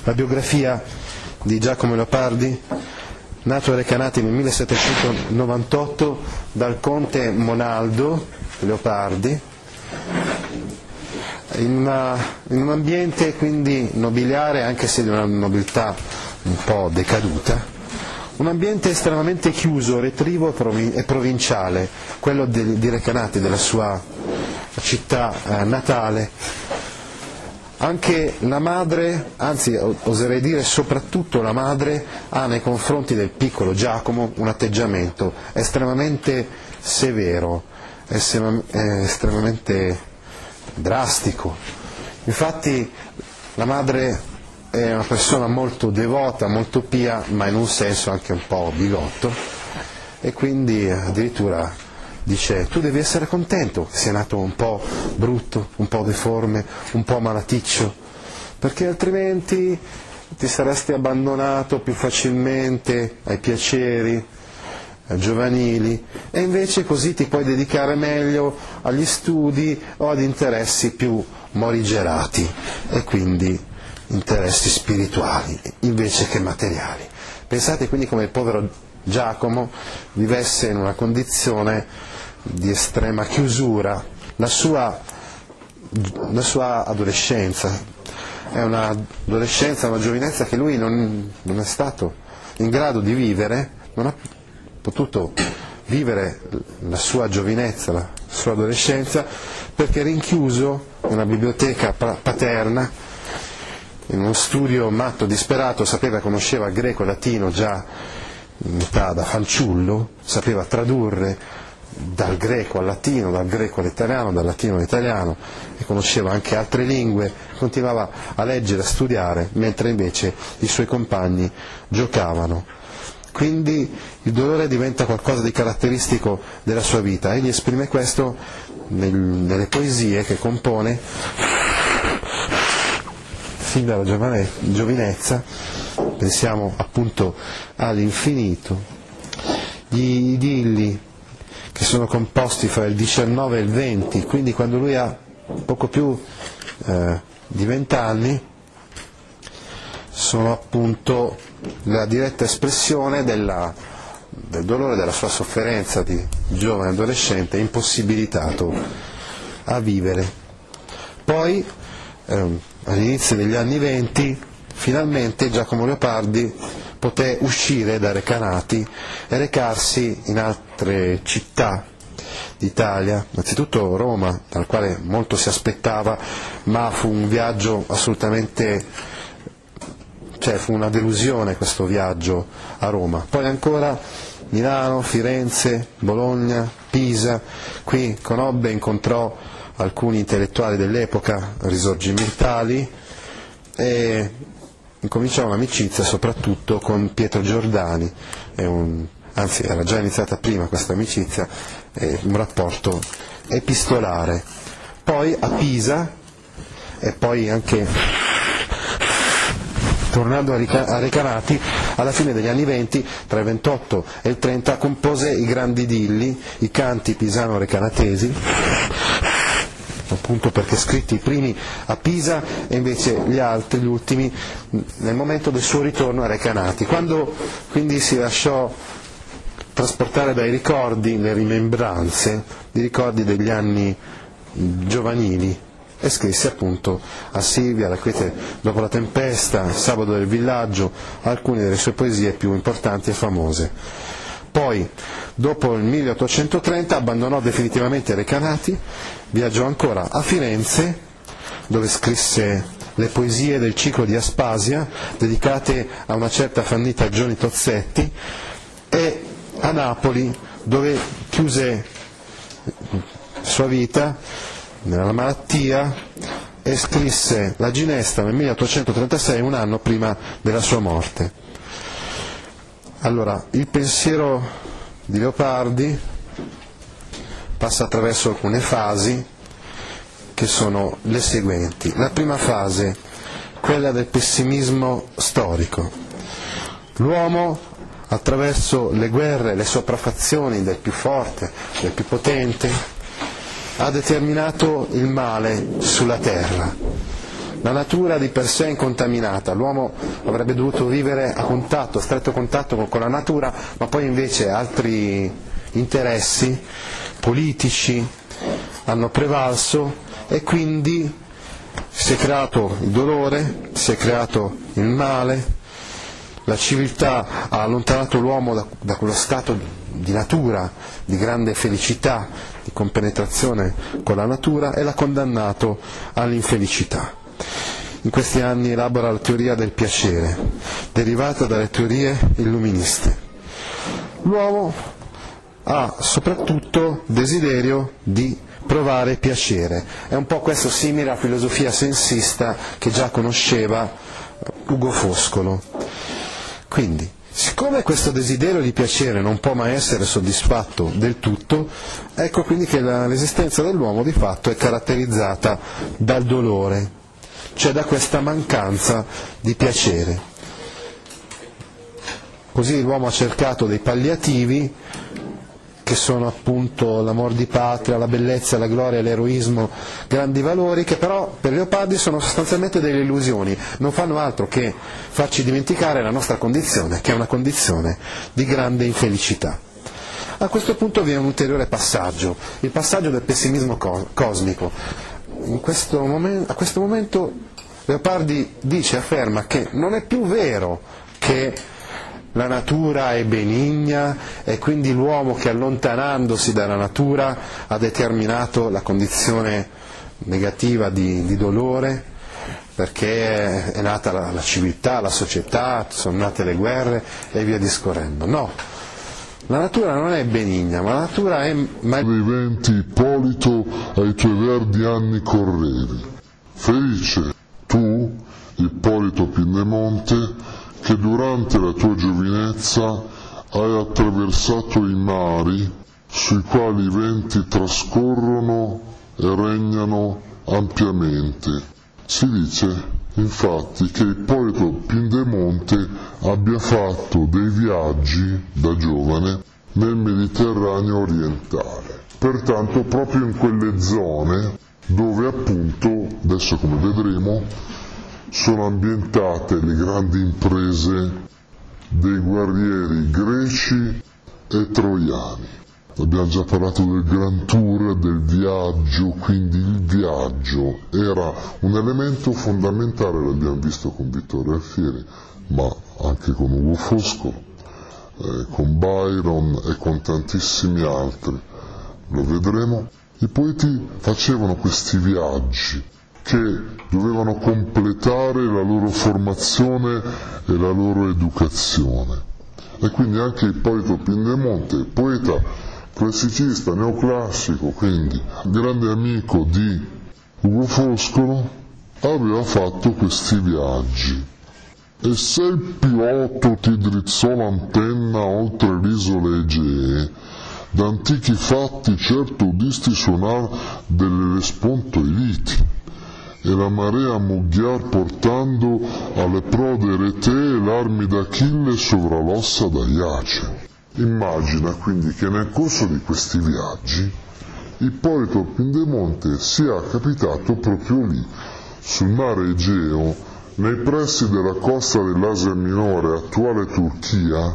La biografia di Giacomo Leopardi, nato a Recanati nel 1798 dal conte Monaldo Leopardi, in un ambiente quindi nobiliare, anche se di una nobiltà un po' decaduta, un ambiente estremamente chiuso, retrivo e provinciale, quello di Recanati, della sua città natale. Anche la madre, anzi oserei dire soprattutto la madre, ha nei confronti del piccolo Giacomo un atteggiamento estremamente severo, estremamente drastico. Infatti la madre è una persona molto devota, molto pia, ma in un senso anche un po' bigotto, e quindi addirittura dice: tu devi essere contento che sia nato un po' brutto, un po' deforme, un po' malaticcio, perché altrimenti ti saresti abbandonato più facilmente ai piaceri giovanili, e invece così ti puoi dedicare meglio agli studi o ad interessi più morigerati, e quindi interessi spirituali invece che materiali. Pensate quindi come il povero Giacomo vivesse in una condizione di estrema chiusura. La sua adolescenza è un'adolescenza, una giovinezza che lui non è stato in grado di vivere, non ha potuto vivere la sua giovinezza, la sua adolescenza, perché rinchiuso in una biblioteca paterna, in uno studio matto, disperato. Conosceva greco e latino già in età da fanciullo, sapeva tradurre dal greco al latino, dal greco all'italiano, dal latino all'italiano, e conosceva anche altre lingue, continuava a leggere, a studiare, mentre invece i suoi compagni giocavano. Quindi il dolore diventa qualcosa di caratteristico della sua vita. Egli esprime questo nelle poesie che compone fin dalla giovinezza. Pensiamo appunto all'infinito, gli idilli che sono composti fra il 19 e il 20, quindi quando lui ha poco più di 20 anni, sono appunto la diretta espressione del dolore, della sua sofferenza di giovane adolescente impossibilitato a vivere. Poi all'inizio degli anni 20 finalmente Giacomo Leopardi poté uscire da Recanati e recarsi in altre città d'Italia, innanzitutto Roma, dal quale molto si aspettava, ma fu un viaggio assolutamente, fu una delusione questo viaggio a Roma. Poi ancora Milano, Firenze, Bologna, Pisa. Qui conobbe e incontrò alcuni intellettuali dell'epoca risorgimentali e incominciò un'amicizia soprattutto con Pietro Giordani, anzi era già iniziata prima questa amicizia, un rapporto epistolare. Poi a Pisa, e poi anche tornando a Recanati, alla fine degli anni 20, tra il 28 e il 30, compose i grandi idilli, i canti pisano-recanatesi, appunto perché scritti i primi a Pisa e invece gli ultimi nel momento del suo ritorno a Recanati, quando quindi si lasciò trasportare dai ricordi, le rimembranze, i ricordi degli anni giovanili, e scrisse appunto a Silvia, la quiete dopo la tempesta, il sabato del villaggio, alcune delle sue poesie più importanti e famose. Poi, dopo il 1830, abbandonò definitivamente Recanati, viaggiò ancora a Firenze, dove scrisse le poesie del ciclo di Aspasia, dedicate a una certa Fannita Gioni Tozzetti, e a Napoli, dove chiuse la sua vita nella malattia e scrisse La Ginestra nel 1836, un anno prima della sua morte. Allora, il pensiero di Leopardi passa attraverso alcune fasi che sono le seguenti. La prima fase, quella del pessimismo storico. L'uomo, attraverso le guerre, le sopraffazioni del più forte, del più potente, ha determinato il male sulla terra. La natura di per sé è incontaminata, l'uomo avrebbe dovuto vivere a contatto, a stretto contatto con la natura, ma poi invece altri interessi politici hanno prevalso e quindi si è creato il dolore, si è creato il male, la civiltà ha allontanato l'uomo da quello stato di natura, di grande felicità, di compenetrazione con la natura e l'ha condannato all'infelicità. In questi anni elabora la teoria del piacere, derivata dalle teorie illuministe. L'uomo ha soprattutto desiderio di provare piacere. È un po' questo simile alla filosofia sensista che già conosceva Ugo Foscolo. Quindi, siccome questo desiderio di piacere non può mai essere soddisfatto del tutto, ecco quindi che l'esistenza dell'uomo di fatto è caratterizzata dal dolore, cioè da questa mancanza di piacere. Così l'uomo ha cercato dei palliativi che sono appunto l'amor di patria, la bellezza, la gloria, l'eroismo, grandi valori che però per Leopardi sono sostanzialmente delle illusioni, non fanno altro che farci dimenticare la nostra condizione, che è una condizione di grande infelicità. A questo punto vi è un ulteriore passaggio, il passaggio del pessimismo cosmico. A questo momento Leopardi afferma che non è più vero che la natura è benigna e quindi l'uomo che allontanandosi dalla natura ha determinato la condizione negativa di dolore, perché è nata la civiltà, la società, sono nate le guerre e via discorrendo. No, la natura non è benigna, ma la natura è... Viventi Ippolito ai tuoi verdi anni correvi. Felice tu, Ippolito Pindemonte, che durante la tua giovinezza hai attraversato i mari sui quali i venti trascorrono e regnano ampiamente. Si dice infatti che Ippolito Pindemonte abbia fatto dei viaggi da giovane nel Mediterraneo orientale, pertanto proprio in quelle zone dove appunto, adesso come vedremo, sono ambientate le grandi imprese dei guerrieri greci e troiani. Abbiamo già parlato del Grand Tour, del viaggio, quindi il viaggio era un elemento fondamentale, l'abbiamo visto con Vittorio Alfieri, ma anche con Ugo Foscolo, con Byron e con tantissimi altri, lo vedremo. I poeti facevano questi viaggi che dovevano completare la loro formazione e la loro educazione. E quindi anche Ippolito Pindemonte, poeta classicista, neoclassico, quindi grande amico di Ugo Foscolo, aveva fatto questi viaggi. E se il pilota ti drizzò l'antenna oltre l'isole Egee, d'antichi fatti certo udisti suonar dell'Ellesponto i liti, e la marea mugghiar portando alle prode retee l'armi d'Achille sovra l'ossa d'Aiace. Immagina quindi che nel corso di questi viaggi Ippolito Pindemonte sia capitato proprio lì, sul mare Egeo, nei pressi della costa dell'Asia Minore, attuale Turchia,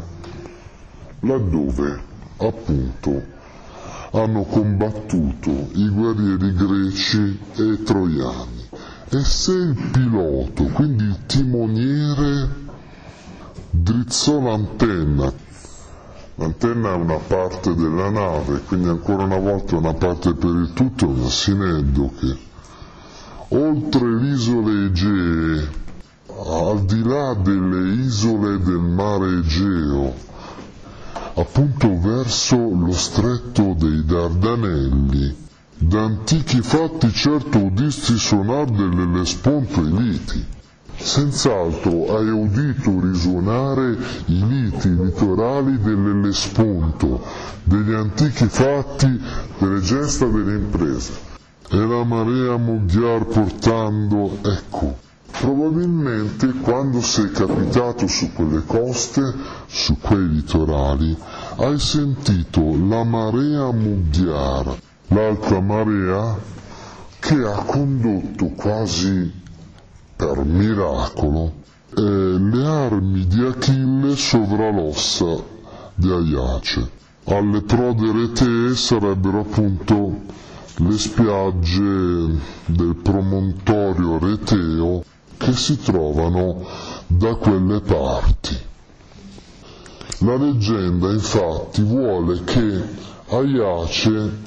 laddove appunto hanno combattuto i guerrieri greci e troiani. E se il pilota, quindi il timoniere, drizzò l'antenna è una parte della nave, quindi ancora una volta una parte per il tutto, un asinello che oltre l'isole Egee, al di là delle isole del mare Egeo, appunto verso lo stretto dei Dardanelli, d'antichi fatti certo udisti suonar dell'Ellesponto i liti. Senz'altro hai udito risuonare i liti litorali dell'Ellesponto, degli antichi fatti, delle gesta delle imprese. E la marea mugghiar portando, ecco, probabilmente quando sei capitato su quelle coste, su quei litorali, hai sentito la marea mugghiar, l'alta marea che ha condotto quasi per miracolo, le armi di Achille sovra l'ossa di Aiace. Alle prode retee sarebbero appunto le spiagge del promontorio reteo che si trovano da quelle parti. La leggenda infatti vuole che Aiace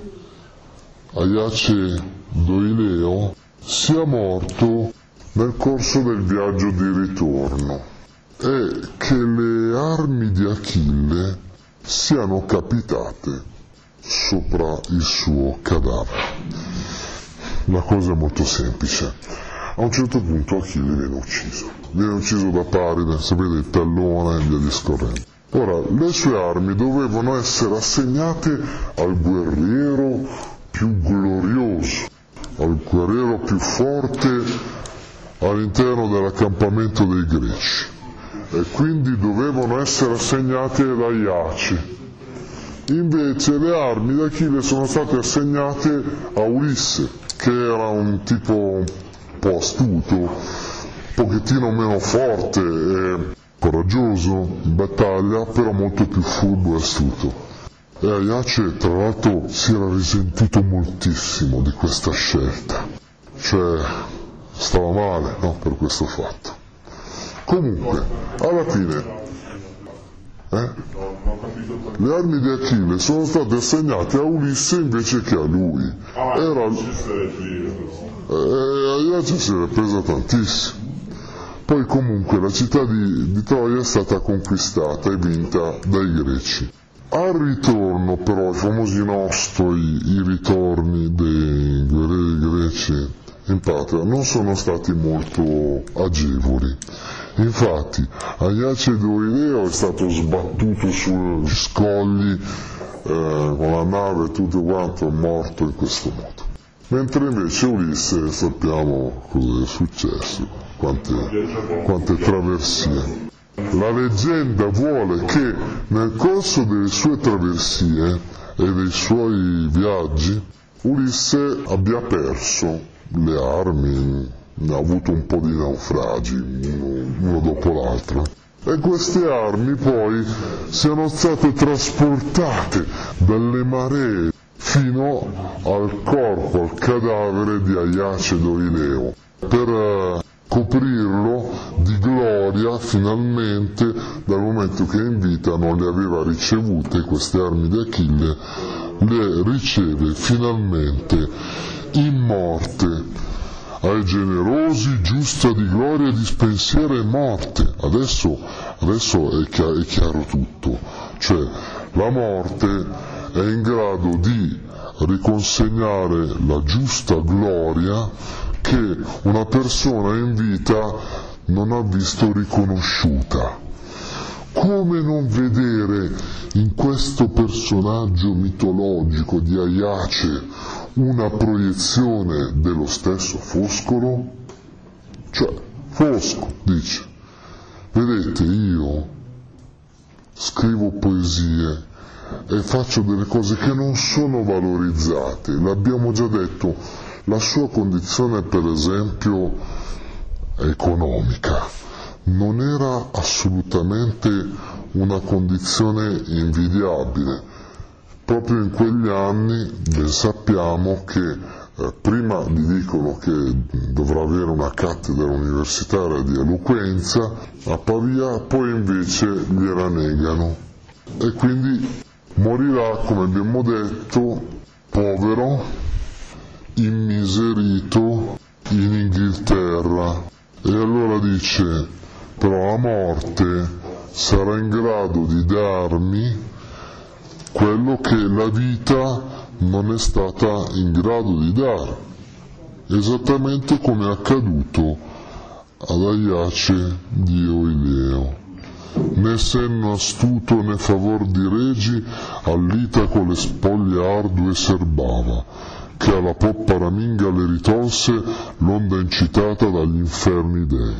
Doileo sia morto nel corso del viaggio di ritorno e che le armi di Achille siano capitate sopra il suo cadavere. La cosa è molto semplice. A un certo punto Achille viene ucciso da Paride, sapete, il tallone e via discorrendo. Ora, le sue armi dovevano essere assegnate al guerriero più glorioso, al guerriero più forte all'interno dell'accampamento dei Greci, e quindi dovevano essere assegnate ad Aiace. Invece le armi di Achille sono state assegnate a Ulisse, che era un tipo un po' astuto, un pochettino meno forte e coraggioso in battaglia, però molto più furbo e astuto. E Aiace tra l'altro si era risentito moltissimo di questa scelta, cioè stava male, no, per questo fatto. Comunque, alla fine le armi di Achille sono state assegnate a Ulisse invece che a lui. Aiace si era presa tantissimo. Poi comunque la città di Troia è stata conquistata e vinta dai Greci. Al ritorno però, i famosi nostoi, i ritorni dei guerrieri greci in patria non sono stati molto agevoli. Infatti Aiace Doileo è stato sbattuto sugli scogli con la nave e tutto quanto, morto in questo modo. Mentre invece Ulisse sappiamo cosa è successo, quante traversie. La leggenda vuole che nel corso delle sue traversie e dei suoi viaggi Ulisse abbia perso le armi, ha avuto un po' di naufragi, uno dopo l'altro, e queste armi poi siano state trasportate dalle maree fino al corpo, al cadavere di Aiace Doileo, per coprirlo di gloria finalmente, dal momento che in vita non le aveva ricevute queste armi di Achille, le riceve finalmente in morte. Ai generosi giusta di gloria, di spensiero e morte. Adesso è chiaro tutto, cioè la morte è in grado di riconsegnare la giusta gloria che una persona in vita non ha visto riconosciuta. Come non vedere in questo personaggio mitologico di Aiace una proiezione dello stesso Foscolo? Cioè, Fosco dice: vedete, io scrivo poesie e faccio delle cose che non sono valorizzate, l'abbiamo già detto. La sua condizione, per esempio, economica non era assolutamente una condizione invidiabile. Proprio in quegli anni ben sappiamo che prima gli dicono che dovrà avere una cattedra universitaria di eloquenza a Pavia, poi invece gliela negano e quindi morirà, come abbiamo detto, povero, immiserito in Inghilterra. E allora dice: però la morte sarà in grado di darmi quello che la vita non è stata in grado di dare, esattamente come è accaduto ad Aiace di Doileo. Né senno astuto né favor di regi all'Itaco le spoglie ardue serbava, che alla poppa raminga le ritolse l'onda incitata dagli inferni dei.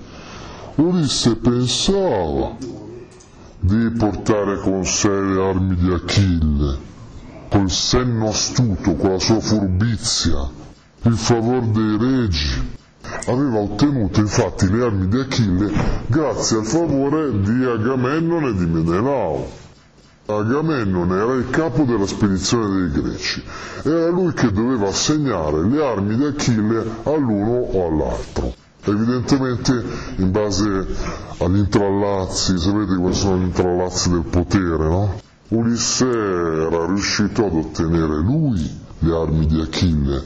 Ulisse pensava di portare con sé le armi di Achille, col senno astuto, con la sua furbizia, il favor dei regi, aveva ottenuto infatti le armi di Achille grazie al favore di Agamennone e di Menelao. Agamennone era il capo della spedizione dei Greci, era lui che doveva assegnare le armi di Achille all'uno o all'altro. Evidentemente in base agli intrallazzi, sapete quali sono gli intrallazzi del potere, no? Ulisse era riuscito ad ottenere lui le armi di Achille.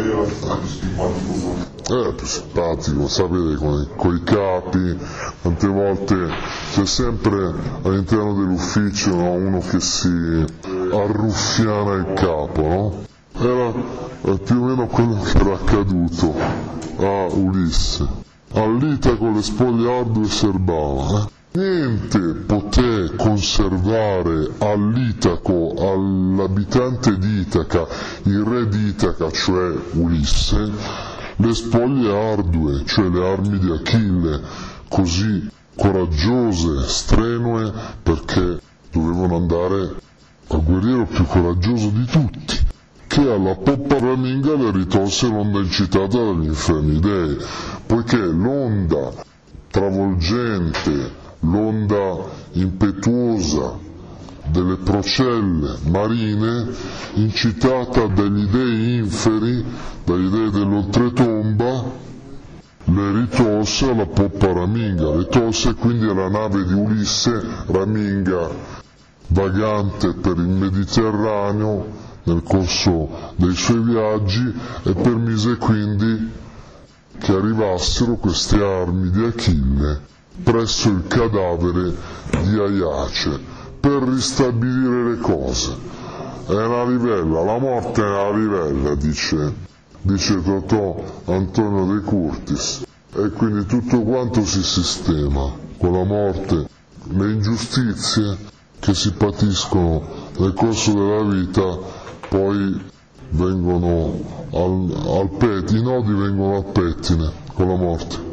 Più simpatico, sapete, con i capi, tante volte c'è sempre all'interno dell'ufficio, no, uno che si arruffiana il capo, no? Era più o meno quello che era accaduto a Ulisse. All'Itaco le spoglie ardue serbava. Niente poté conservare all'Itaco, all'abitante di Itaca, il re di Itaca, cioè Ulisse, le spoglie ardue, cioè le armi di Achille, così coraggiose, strenue, perché dovevano andare al guerriero più coraggioso di tutti, che alla poppa raminga le ritolse l'onda incitata dagli infermi dei, poiché l'onda travolgente, l'onda impetuosa delle procelle marine, incitata dagli dei inferi, dagli dei dell'oltretomba, le ritolse alla poppa raminga, le tolse quindi alla nave di Ulisse, raminga, vagante per il Mediterraneo nel corso dei suoi viaggi, e permise quindi che arrivassero queste armi di Achille presso il cadavere di Aiace per ristabilire le cose. È una livella, la morte è una livella, dice Totò Antonio De Curtis, e quindi tutto quanto si sistema con la morte. Le ingiustizie che si patiscono nel corso della vita poi vengono i nodi vengono al pettine con la morte.